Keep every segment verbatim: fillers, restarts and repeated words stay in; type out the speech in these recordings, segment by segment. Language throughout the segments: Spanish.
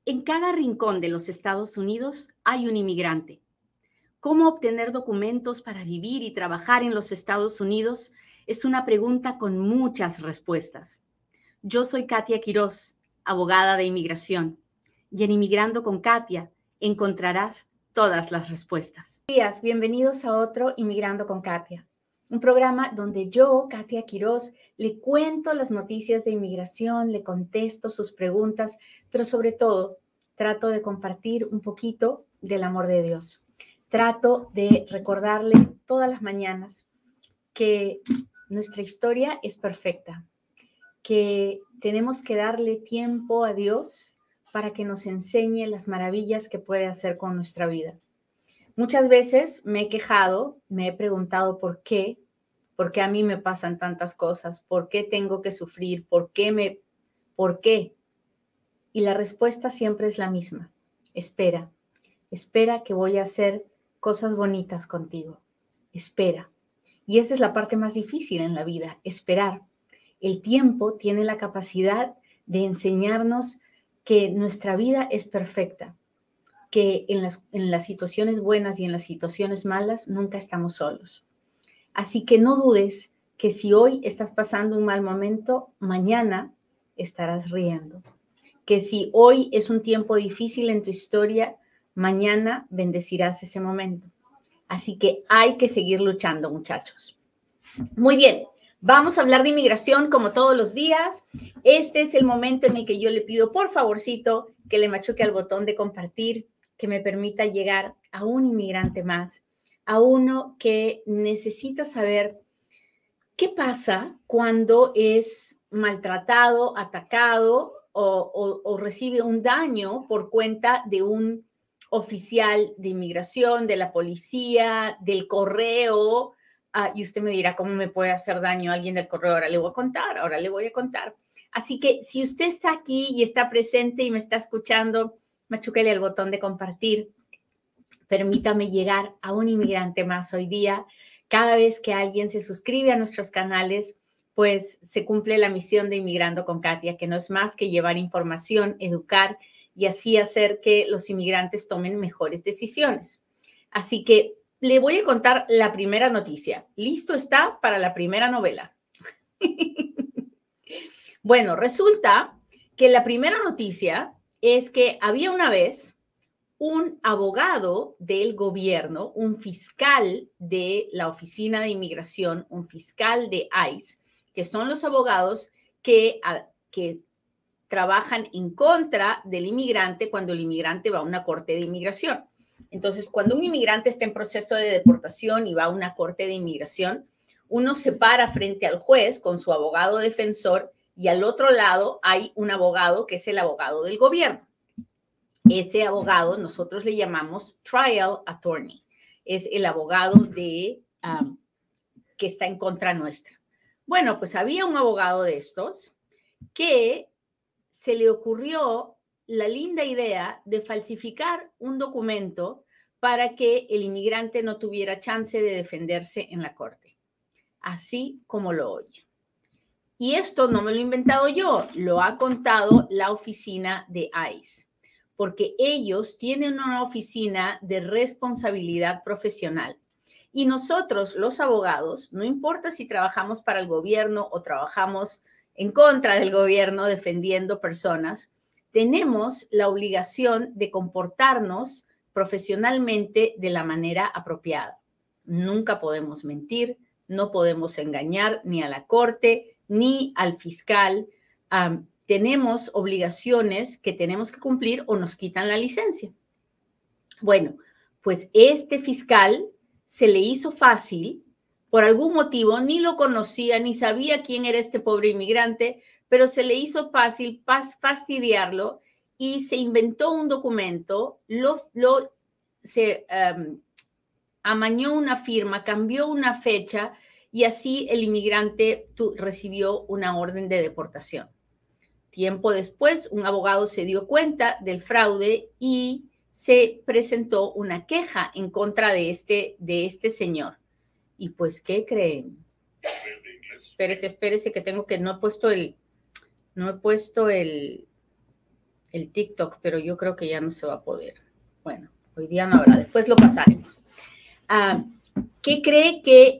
En cada rincón de los Estados Unidos hay un inmigrante. ¿Cómo obtener documentos para vivir y trabajar en los Estados Unidos? Es una pregunta con muchas respuestas. Yo soy Katia Quiroz, abogada de inmigración, y en Inmigrando con Katia encontrarás todas las respuestas. Buenos días, bienvenidos a otro Inmigrando con Katia, un programa donde yo, Katia Quiroz, le cuento las noticias de inmigración, le contesto sus preguntas, pero sobre todo trato de compartir un poquito del amor de Dios. Trato de recordarle todas las mañanas que nuestra historia es perfecta, que tenemos que darle tiempo a Dios para que nos enseñe las maravillas que puede hacer con nuestra vida. Muchas veces me he quejado, me he preguntado por qué, por qué a mí me pasan tantas cosas, por qué tengo que sufrir, por qué me, por qué. Y la respuesta siempre es la misma. Espera, espera que voy a hacer cosas bonitas contigo. Espera. Y esa es la parte más difícil en la vida, esperar. El tiempo tiene la capacidad de enseñarnos que nuestra vida es perfecta, que en las, en las situaciones buenas y en las situaciones malas nunca estamos solos. Así que no dudes que si hoy estás pasando un mal momento, mañana estarás riendo. Que si hoy es un tiempo difícil en tu historia, mañana bendecirás ese momento. Así que hay que seguir luchando, muchachos. Muy bien, vamos a hablar de inmigración como todos los días. Este es el momento en el que yo le pido, por favorcito, que le machuque al botón de compartir, que me permita llegar a un inmigrante más, a uno que necesita saber qué pasa cuando es maltratado, atacado o, o, o recibe un daño por cuenta de un oficial de inmigración, de la policía, del correo. Uh, y usted me dirá, ¿cómo me puede hacer daño a alguien del correo? Ahora le voy a contar, ahora le voy a contar. Así que si usted está aquí y está presente y me está escuchando, machúquele al botón de compartir. Permítame llegar a un inmigrante más hoy día. Cada vez que alguien se suscribe a nuestros canales, pues se cumple la misión de Inmigrando con Katia, que no es más que llevar información, educar y así hacer que los inmigrantes tomen mejores decisiones. Así que le voy a contar la primera noticia. ¿Listo está para la primera novela? Bueno, resulta que la primera noticia es que había una vez un abogado del gobierno, un fiscal de la Oficina de Inmigración, un fiscal de ICE, que son los abogados que, que trabajan en contra del inmigrante cuando el inmigrante va a una corte de inmigración. Entonces, cuando un inmigrante está en proceso de deportación y va a una corte de inmigración, uno se para frente al juez con su abogado defensor y al otro lado hay un abogado que es el abogado del gobierno. Ese abogado nosotros le llamamos trial attorney. Es el abogado de, um, que está en contra nuestra. Bueno, pues había un abogado de estos que se le ocurrió la linda idea de falsificar un documento para que el inmigrante no tuviera chance de defenderse en la corte. Así como lo oye. Y esto no me lo he inventado yo, lo ha contado la oficina de ICE. Porque ellos tienen una oficina de responsabilidad profesional. Y nosotros, los abogados, no importa si trabajamos para el gobierno o trabajamos en contra del gobierno defendiendo personas, tenemos la obligación de comportarnos profesionalmente de la manera apropiada. Nunca podemos mentir, no podemos engañar ni a la corte ni al fiscal. Um, tenemos obligaciones que tenemos que cumplir o nos quitan la licencia. Bueno, pues este fiscal se le hizo fácil, por algún motivo, ni lo conocía, ni sabía quién era este pobre inmigrante, pero se le hizo fácil fastidiarlo y se inventó un documento, lo, lo, se um, amañó una firma, cambió una fecha y así el inmigrante tu, recibió una orden de deportación. Tiempo después, un abogado se dio cuenta del fraude y se presentó una queja en contra de este, de este señor. Y pues, ¿qué creen? Espérese, espérese que tengo que, no he puesto el, no he puesto el, el TikTok, pero yo creo que ya no se va a poder. Bueno, hoy día no habrá, después lo pasaremos. Uh, ¿Qué cree que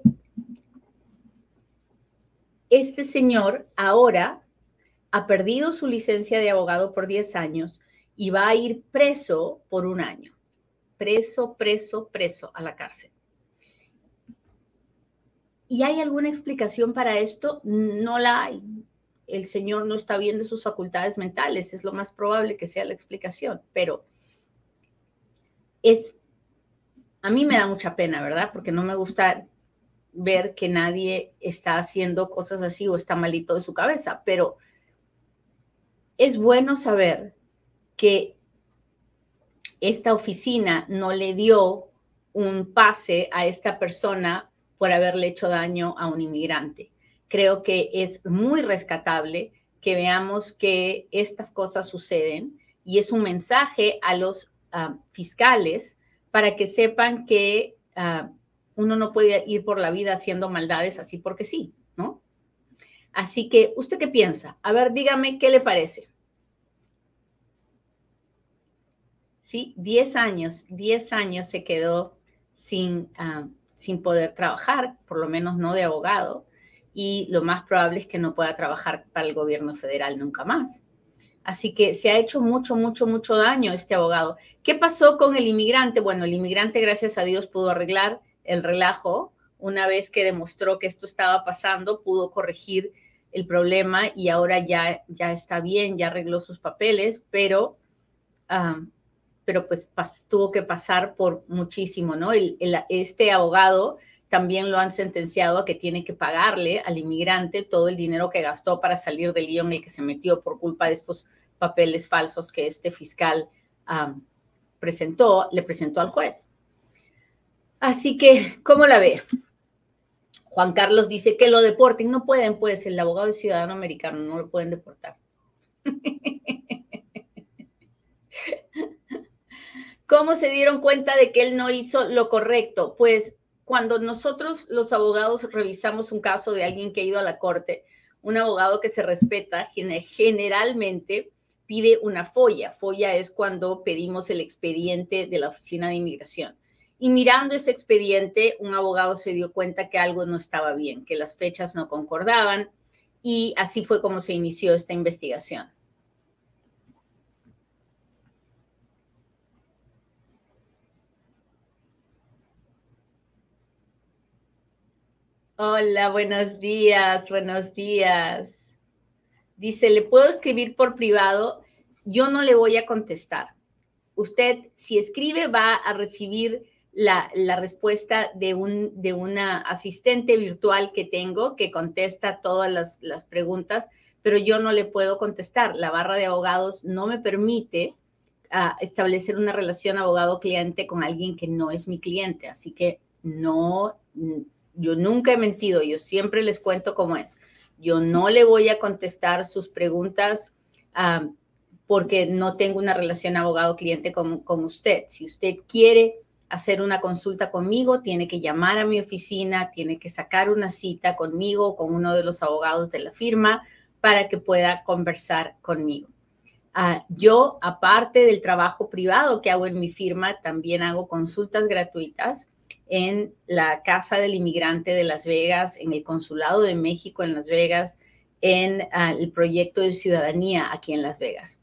este señor ahora ha perdido su licencia de abogado por diez años y va a ir preso por un año? Preso, preso, preso a la cárcel. ¿Y hay alguna explicación para esto? No la hay. El señor no está bien de sus facultades mentales, es lo más probable que sea la explicación, pero es, a mí me da mucha pena, ¿verdad? Porque no me gusta ver que nadie está haciendo cosas así o está malito de su cabeza, pero es bueno saber que esta oficina no le dio un pase a esta persona por haberle hecho daño a un inmigrante. Creo que es muy rescatable que veamos que estas cosas suceden y es un mensaje a los uh, fiscales para que sepan que uh, uno no puede ir por la vida haciendo maldades así porque sí, ¿no? Así que, ¿usted qué piensa? A ver, dígame, ¿qué le parece? Sí, diez años, diez años se quedó sin, uh, sin poder trabajar, por lo menos no de abogado, y lo más probable es que no pueda trabajar para el gobierno federal nunca más. Así que se ha hecho mucho, mucho, mucho daño este abogado. ¿Qué pasó con el inmigrante? Bueno, el inmigrante, gracias a Dios, pudo arreglar el relajo. Una vez que demostró que esto estaba pasando, pudo corregir el problema y ahora ya, ya está bien, ya arregló sus papeles, pero, um, pero pues pas, tuvo que pasar por muchísimo, ¿no? El, el, este abogado también lo han sentenciado a que tiene que pagarle al inmigrante todo el dinero que gastó para salir del lío en el que se metió por culpa de estos papeles falsos que este fiscal um, presentó, le presentó al juez. Así que, ¿cómo la ve? Juan Carlos dice que lo deporten. No pueden, pues, el abogado es ciudadano americano, no lo pueden deportar. ¿Cómo se dieron cuenta de que él no hizo lo correcto? Pues, cuando nosotros los abogados revisamos un caso de alguien que ha ido a la corte, un abogado que se respeta generalmente pide una folla. Folla es cuando pedimos el expediente de la Oficina de Inmigración. Y mirando ese expediente, un abogado se dio cuenta que algo no estaba bien, que las fechas no concordaban, y así fue como se inició esta investigación. Hola, buenos días, buenos días. Dice, ¿le puedo escribir por privado? Yo no le voy a contestar. Usted, si escribe, va a recibir la, la respuesta de, un, de una asistente virtual que tengo que contesta todas las, las preguntas, pero yo no le puedo contestar. La barra de abogados no me permite uh, establecer una relación abogado-cliente con alguien que no es mi cliente. Así que no, yo nunca he mentido, yo siempre les cuento cómo es. Yo no le voy a contestar sus preguntas uh, porque no tengo una relación abogado-cliente con, con usted. Si usted quiere hacer una consulta conmigo, tiene que llamar a mi oficina, tiene que sacar una cita conmigo o con uno de los abogados de la firma para que pueda conversar conmigo. Uh, yo, aparte del trabajo privado que hago en mi firma, también hago consultas gratuitas en la Casa del Inmigrante de Las Vegas, en el Consulado de México en Las Vegas, en uh, el proyecto de ciudadanía aquí en Las Vegas.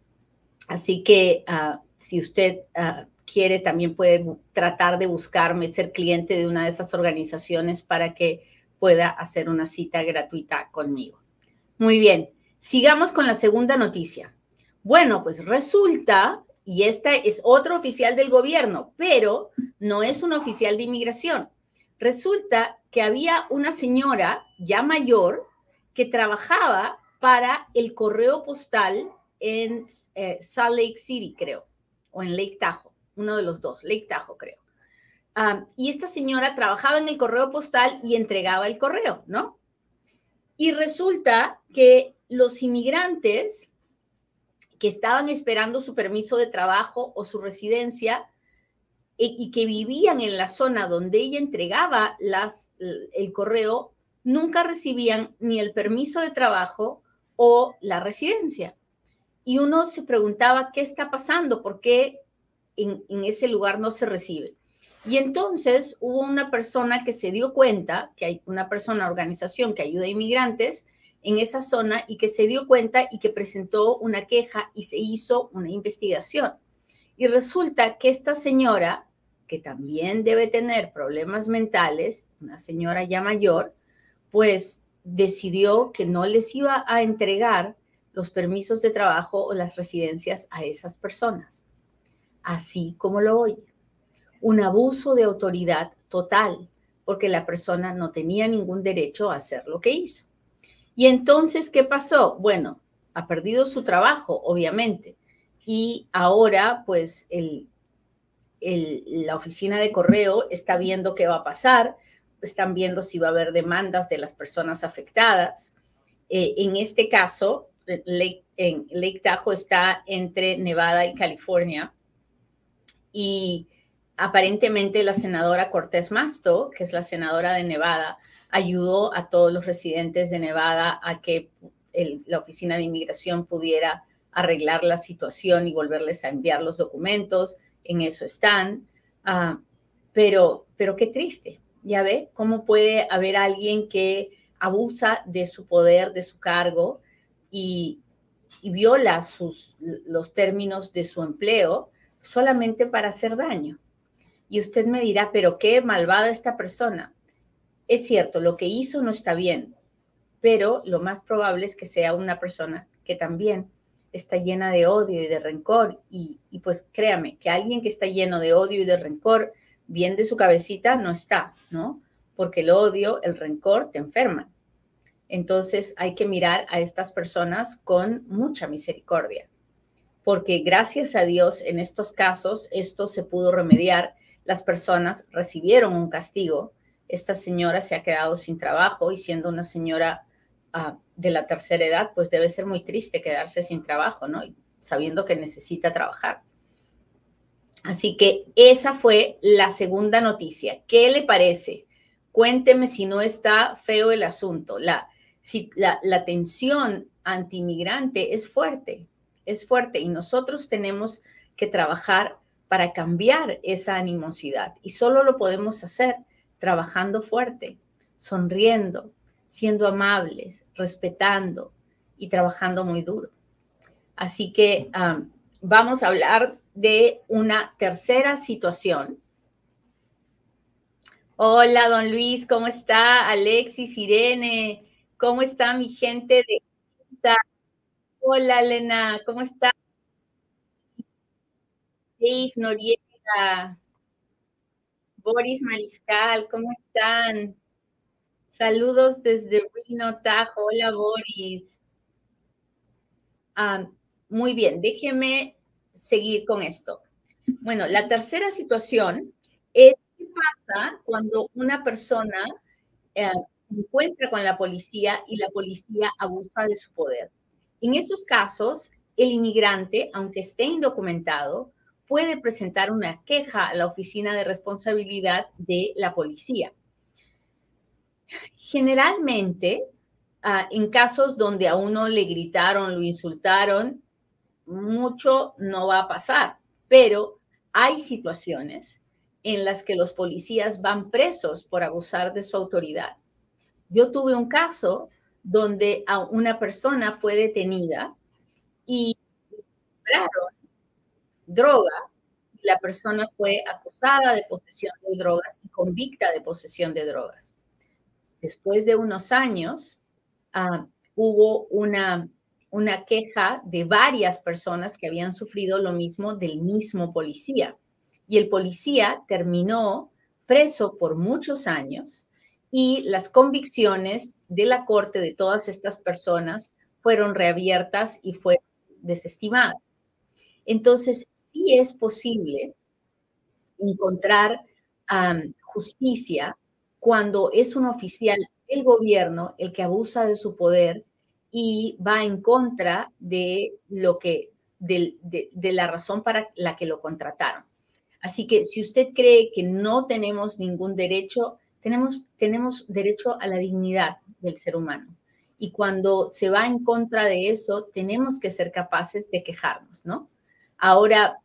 Así que uh, si usted uh, quiere, también puede tratar de buscarme, ser cliente de una de esas organizaciones para que pueda hacer una cita gratuita conmigo. Muy bien, sigamos con la segunda noticia. Bueno, pues resulta, y esta es otro oficial del gobierno, pero no es un oficial de inmigración. Resulta que había una señora ya mayor que trabajaba para el correo postal en eh, Salt Lake City, creo, o en Lake Tahoe, uno de los dos, Lake Tahoe, creo. Um, y esta señora trabajaba en el correo postal y entregaba el correo, ¿no? Y resulta que los inmigrantes que estaban esperando su permiso de trabajo o su residencia y, y que vivían en la zona donde ella entregaba las, el correo, nunca recibían ni el permiso de trabajo o la residencia. y uno se preguntaba qué está pasando, por qué en, en ese lugar no se recibe. Y entonces hubo una persona que se dio cuenta, que hay una persona, organización que ayuda a inmigrantes en esa zona y que se dio cuenta y que presentó una queja y se hizo una investigación. Y resulta que esta señora, que también debe tener problemas mentales, una señora ya mayor, pues decidió que no les iba a entregar los permisos de trabajo o las residencias a esas personas. Así como lo oye. Un abuso de autoridad total, porque la persona no tenía ningún derecho a hacer lo que hizo. Y entonces, ¿qué pasó? Bueno, ha perdido su trabajo, obviamente, y ahora, pues, el, el, la oficina de correo está viendo qué va a pasar, están viendo si va a haber demandas de las personas afectadas. Eh, en este caso, Lake, en Lake Tahoe está entre Nevada y California, y aparentemente la senadora Cortés Masto, que es la senadora de Nevada, ayudó a todos los residentes de Nevada a que el, la oficina de inmigración pudiera arreglar la situación y volverles a enviar los documentos. En eso están. Uh, pero, pero qué triste. Ya ve cómo puede haber alguien que abusa de su poder, de su cargo y, y viola sus, los términos de su empleo solamente para hacer daño. Y usted me dirá, pero qué malvada esta persona. Es cierto, lo que hizo no está bien, pero lo más probable es que sea una persona que también está llena de odio y de rencor. Y, y pues créame, que alguien que está lleno de odio y de rencor, bien de su cabecita, no está, ¿no? Porque el odio, el rencor te enferman. Entonces hay que mirar a estas personas con mucha misericordia, porque gracias a Dios en estos casos esto se pudo remediar. Las personas recibieron un castigo. Esta señora se ha quedado sin trabajo y siendo una señora uh, de la tercera edad, pues debe ser muy triste quedarse sin trabajo, ¿no? Y sabiendo que necesita trabajar. Así que esa fue la segunda noticia. ¿Qué le parece? Cuénteme si no está feo el asunto. La, si, la, la tensión antiinmigrante es fuerte, es fuerte y nosotros tenemos que trabajar para cambiar esa animosidad y solo lo podemos hacer trabajando fuerte, sonriendo, siendo amables, respetando y trabajando muy duro. Así que um, vamos a hablar de una tercera situación. Hola, don Luis, ¿cómo está? Alexis, Irene, ¿cómo está mi gente de Insta? Hola, Elena, ¿cómo está? Dave Noriega, Boris Mariscal, ¿cómo están? Saludos desde Reno, Tahoe. Hola, Boris. Ah, muy bien, déjeme seguir con esto. Bueno, la tercera situación es qué pasa cuando una persona eh, se encuentra con la policía y la policía abusa de su poder. En esos casos, el inmigrante, aunque esté indocumentado, puede presentar una queja a la oficina de responsabilidad de la policía. Generalmente, uh, en casos donde a uno le gritaron, lo insultaron, mucho no va a pasar, pero hay situaciones en las que los policías van presos por abusar de su autoridad. Yo tuve un caso donde a una persona fue detenida y encontraron droga y la persona fue acusada de posesión de drogas y convicta de posesión de drogas. Después de unos años, uh, hubo una, una queja de varias personas que habían sufrido lo mismo del mismo policía. Y el policía terminó preso por muchos años y las convicciones de la corte de todas estas personas fueron reabiertas y fueron desestimadas. Entonces, sí es posible encontrar um, justicia cuando es un oficial del gobierno el que abusa de su poder y va en contra de lo que, de, de, de la razón para la que lo contrataron. Así que si usted cree que no tenemos ningún derecho, tenemos, tenemos derecho a la dignidad del ser humano. Y cuando se va en contra de eso, tenemos que ser capaces de quejarnos, ¿no? Ahora,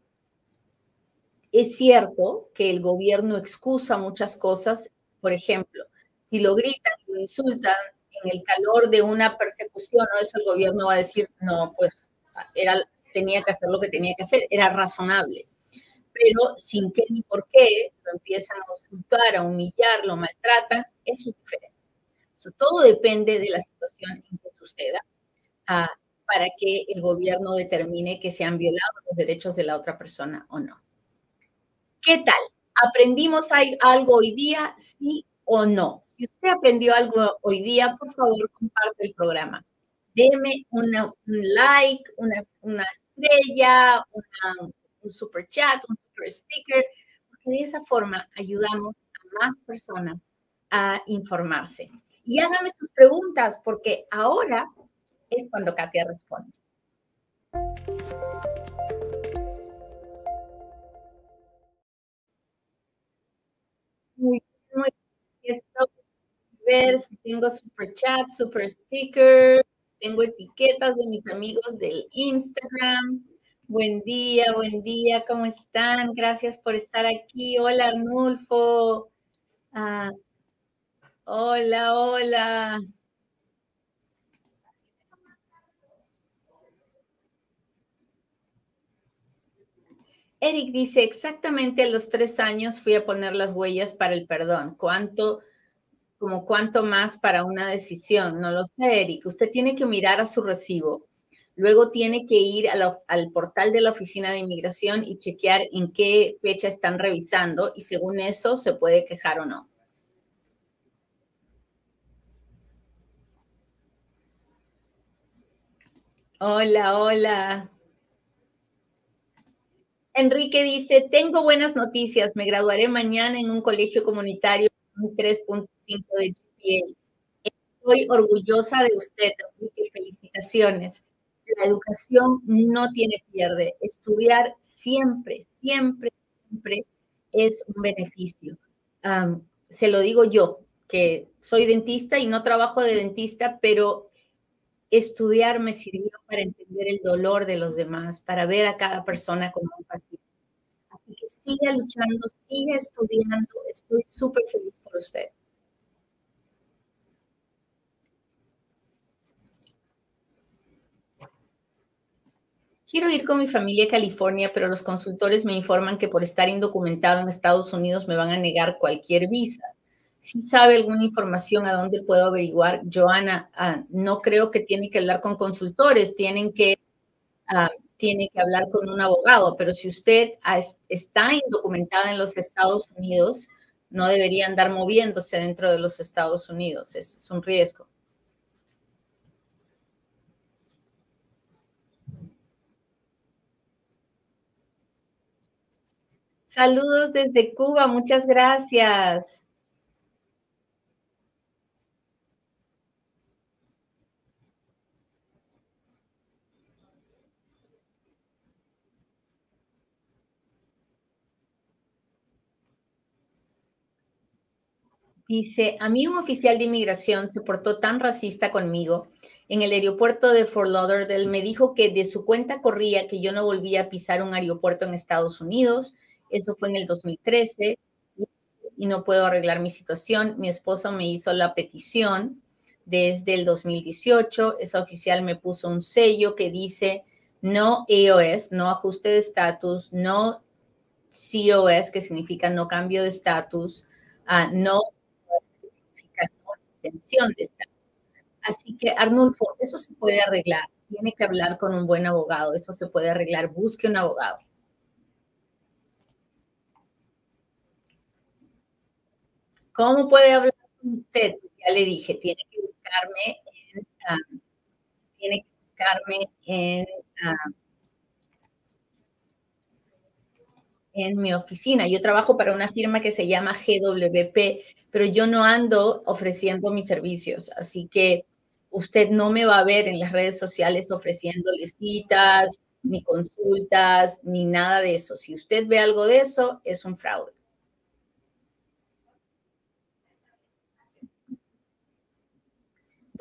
es cierto que el gobierno excusa muchas cosas. Por ejemplo, si lo gritan y lo insultan en el calor de una persecución, ¿no? Eso el gobierno va a decir, no, pues era, tenía que hacer lo que tenía que hacer, era razonable. Pero sin qué ni por qué, lo empiezan a insultar, a humillar, lo maltratan, eso es diferente. So, todo depende de la situación en que suceda, uh, para que el gobierno determine que se han violado los derechos de la otra persona o no. ¿Qué tal? ¿Aprendimos algo hoy día, sí o no? Si usted aprendió algo hoy día, por favor, comparte el programa. Deme una, un like, una, una estrella, una, un super chat, un super sticker, porque de esa forma ayudamos a más personas a informarse. Y hágame sus preguntas, porque ahora es cuando Katia responde. Muy, muy bien. Ver si tengo super chat, super sticker, tengo etiquetas de mis amigos del Instagram. Buen día, buen día, ¿cómo están? Gracias por estar aquí. Hola, Arnulfo. Ah, hola, hola. Eric dice, exactamente a los tres años fui a poner las huellas para el perdón. ¿Cuánto, como cuánto más para una decisión? No lo sé, Eric. Usted tiene que mirar a su recibo. Luego tiene que ir a la, al portal de la Oficina de Inmigración y chequear en qué fecha están revisando y según eso se puede quejar o no. Hola, hola. Enrique dice, tengo buenas noticias, me graduaré mañana en un colegio comunitario con tres punto cinco de G P A. Estoy orgullosa de usted, Enrique, felicitaciones. La educación no tiene pierde. Estudiar siempre, siempre, siempre es un beneficio. Um, se lo digo yo, que soy dentista y no trabajo de dentista, pero estudiar me sirvió para entender el dolor de los demás, para ver a cada persona como un paciente. Así que siga luchando, siga estudiando. Estoy súper feliz por usted. Quiero ir con mi familia a California, pero los consultores me informan que por estar indocumentado en Estados Unidos me van a negar cualquier visa. Si sabe alguna información a dónde puedo averiguar, Joana, uh, no creo que tiene que hablar con consultores, tienen que, uh, tiene que hablar con un abogado, pero si usted está indocumentada en los Estados Unidos, no debería andar moviéndose dentro de los Estados Unidos, es, es un riesgo. Saludos desde Cuba, muchas gracias. Dice, a mí un oficial de inmigración se portó tan racista conmigo en el aeropuerto de Fort Lauderdale. Me dijo que de su cuenta corría que yo no volvía a pisar un aeropuerto en Estados Unidos. Eso fue en el dos mil trece y no puedo arreglar mi situación. Mi esposo me hizo la petición desde el dos mil dieciocho. Esa oficial me puso un sello que dice no A O S, no ajuste de estatus, no C O S, que significa no cambio de estatus, uh, no extensión de estatus. Así que, Arnulfo, eso se puede arreglar. Tiene que hablar con un buen abogado. Eso se puede arreglar. Busque un abogado. ¿Cómo puede hablar con usted? Ya le dije, tiene que buscarme en, uh, tiene que buscarme en, uh, en mi oficina. Yo trabajo para una firma que se llama G W P, pero yo no ando ofreciendo mis servicios. Así que usted no me va a ver en las redes sociales ofreciéndole citas, ni consultas, ni nada de eso. Si usted ve algo de eso, es un fraude.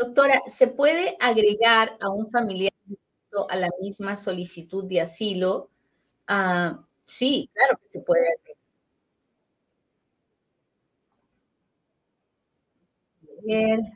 Doctora, ¿se puede agregar a un familiar a la misma solicitud de asilo? Ah, sí, claro que se puede agregar.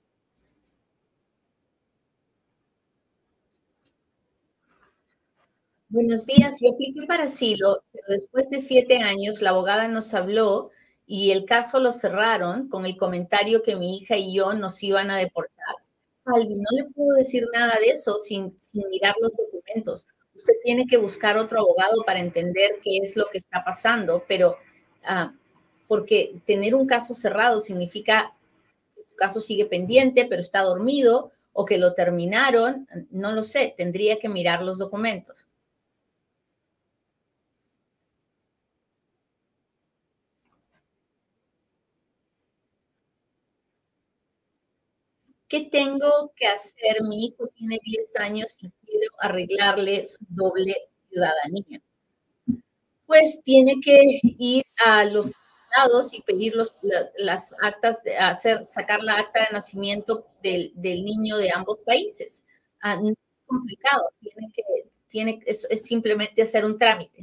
Buenos días, yo apliqué para asilo, pero después de siete años la abogada nos habló y el caso lo cerraron con el comentario que mi hija y yo nos iban a deportar. Salvi, no le puedo decir nada de eso sin, sin mirar los documentos. Usted tiene que buscar otro abogado para entender qué es lo que está pasando, pero ah, porque tener un caso cerrado significa que su caso sigue pendiente, pero está dormido o que lo terminaron, no lo sé, tendría que mirar los documentos. ¿Qué tengo que hacer? Mi hijo tiene diez años y quiero arreglarle su doble ciudadanía. Pues tiene que ir a los juzgados y pedir los, las, las actas, de hacer, sacar la acta de nacimiento del, del niño de ambos países. Ah, no es complicado, tiene que, tiene, es, es simplemente hacer un trámite.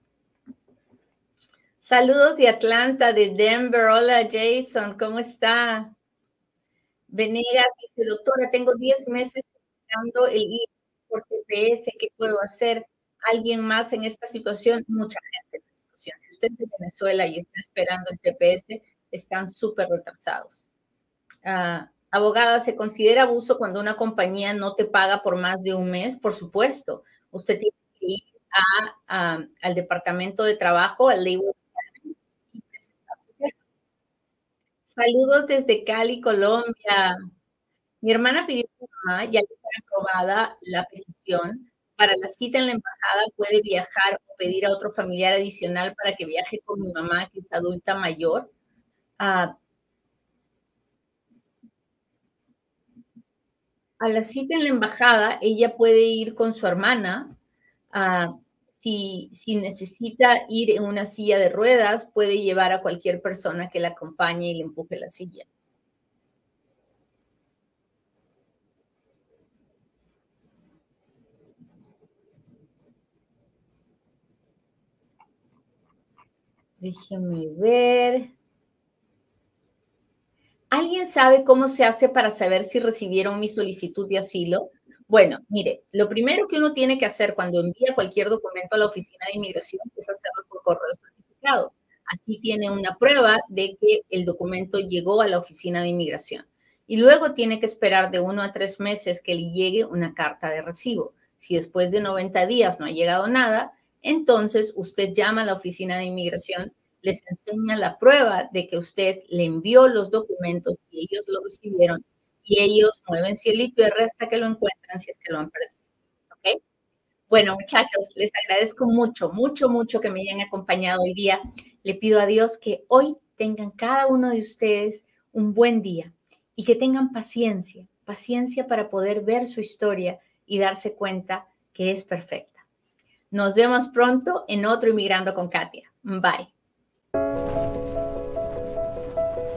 Saludos de Atlanta, de Denver. Hola Jason, ¿cómo está? Venegas dice, doctora, tengo diez meses esperando el I por T P S, ¿qué puedo hacer? ¿Alguien más en esta situación? Mucha gente en esta situación. Si usted es de Venezuela y está esperando el T P S, están súper retrasados. Uh, abogada, ¿se considera abuso cuando una compañía no te paga por más de un mes? Por supuesto. Usted tiene que ir a, a, al Departamento de Trabajo, al Labor Department, y presentar su queja. Saludos desde Cali, Colombia. Mi hermana pidió a mi mamá, ya que fue aprobada la petición, para la cita en la embajada puede viajar o pedir a otro familiar adicional para que viaje con mi mamá, que es adulta mayor. Ah, a la cita en la embajada, ella puede ir con su hermana. Ah, si, si necesita ir en una silla de ruedas, puede llevar a cualquier persona que la acompañe y le empuje la silla. Déjeme ver. ¿Alguien sabe cómo se hace para saber si recibieron mi solicitud de asilo? Bueno, mire, lo primero que uno tiene que hacer cuando envía cualquier documento a la oficina de inmigración es hacerlo por correo certificado. Así tiene una prueba de que el documento llegó a la oficina de inmigración. Y luego tiene que esperar de uno a tres meses que le llegue una carta de recibo. Si después de noventa días no ha llegado nada, entonces usted llama a la oficina de inmigración, les enseña la prueba de que usted le envió los documentos y ellos lo recibieron y ellos mueven cielo y tierra hasta que lo encuentran si es que lo han perdido. ¿Ok? Bueno, muchachos, les agradezco mucho, mucho, mucho que me hayan acompañado hoy día. Le pido a Dios que hoy tengan cada uno de ustedes un buen día y que tengan paciencia, paciencia para poder ver su historia y darse cuenta que es perfecta. Nos vemos pronto en otro Inmigrando con Katia. Bye.